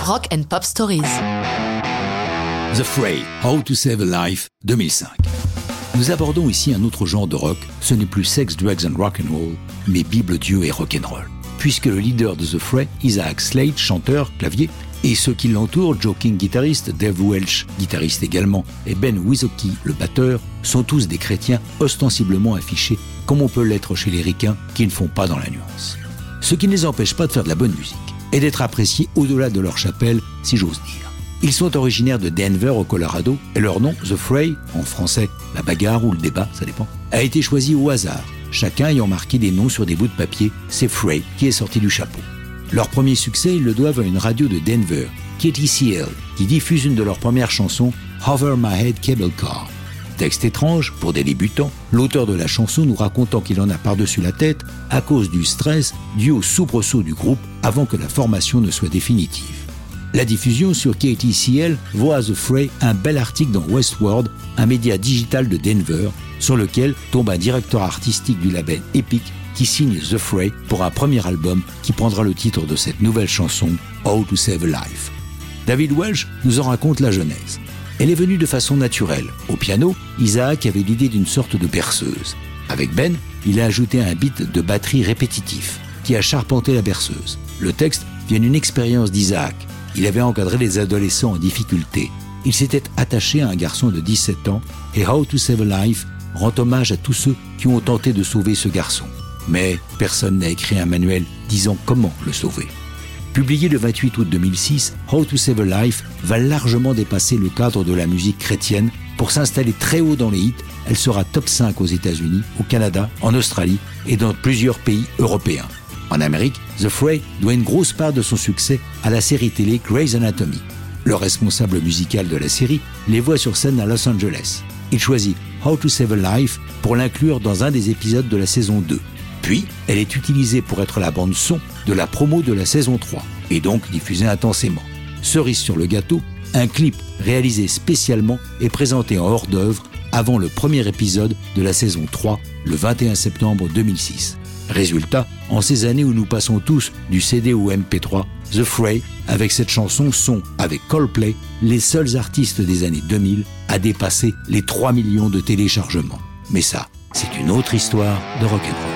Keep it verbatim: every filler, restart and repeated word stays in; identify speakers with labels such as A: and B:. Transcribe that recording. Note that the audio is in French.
A: Rock and Pop Stories.
B: The Fray, How to Save a Life, deux mille cinq. Nous abordons ici un autre genre de rock, ce n'est plus Sex, Drugs and Rock'n'Roll, mais Bible, Dieu et Rock'n'Roll. Puisque le leader de The Fray, Isaac Slade, chanteur, clavier, et ceux qui l'entourent, Joe King, guitariste, Dave Welch, guitariste également, et Ben Wysocki, le batteur, sont tous des chrétiens ostensiblement affichés, comme on peut l'être chez les ricains qui ne font pas dans la nuance. Ce qui ne les empêche pas de faire de la bonne musique, et d'être appréciés au-delà de leur chapelle, si j'ose dire. Ils sont originaires de Denver au Colorado et leur nom, The Fray, en français la bagarre ou le débat, ça dépend, a été choisi au hasard, chacun ayant marqué des noms sur des bouts de papier, c'est Fray qui est sorti du chapeau. Leur premier succès, ils le doivent à une radio de Denver, K T C L, qui diffuse une de leurs premières chansons, Over My Head Cable Car. Texte étrange, pour des débutants, l'auteur de la chanson nous racontant qu'il en a par-dessus la tête à cause du stress dû au soubresaut du groupe avant que la formation ne soit définitive. La diffusion sur K T C L voit à The Fray un bel article dans Westword, un média digital de Denver, sur lequel tombe un directeur artistique du label Epic qui signe The Fray pour un premier album qui prendra le titre de cette nouvelle chanson, How to Save a Life. David Welch nous en raconte la genèse. Elle est venue de façon naturelle. Au piano, Isaac avait l'idée d'une sorte de berceuse. Avec Ben, il a ajouté un beat de batterie répétitif qui a charpenté la berceuse. Le texte vient d'une expérience d'Isaac. Il avait encadré des adolescents en difficulté. Il s'était attaché à un garçon de dix-sept ans et How to Save a Life rend hommage à tous ceux qui ont tenté de sauver ce garçon. Mais personne n'a écrit un manuel disant comment le sauver. Publié le vingt-huit août deux mille six, How to Save a Life va largement dépasser le cadre de la musique chrétienne pour s'installer très haut dans les hits. Elle sera top cinq aux États-Unis, au Canada, en Australie et dans plusieurs pays européens. En Amérique, The Fray doit une grosse part de son succès à la série télé Grey's Anatomy. Le responsable musical de la série les voit sur scène à Los Angeles. Il choisit How to Save a Life pour l'inclure dans un des épisodes de la saison deux. Puis, elle est utilisée pour être la bande-son de la promo de la saison trois, et donc diffusée intensément. Cerise sur le gâteau, un clip réalisé spécialement est présenté en hors-d'œuvre avant le premier épisode de la saison trois, le vingt et un septembre deux mille six. Résultat, en ces années où nous passons tous du C D au M P trois, The Fray, avec cette chanson, sont, avec Coldplay, les seuls artistes des années deux mille à dépasser les trois millions de téléchargements. Mais ça, c'est une autre histoire de rock'n'roll.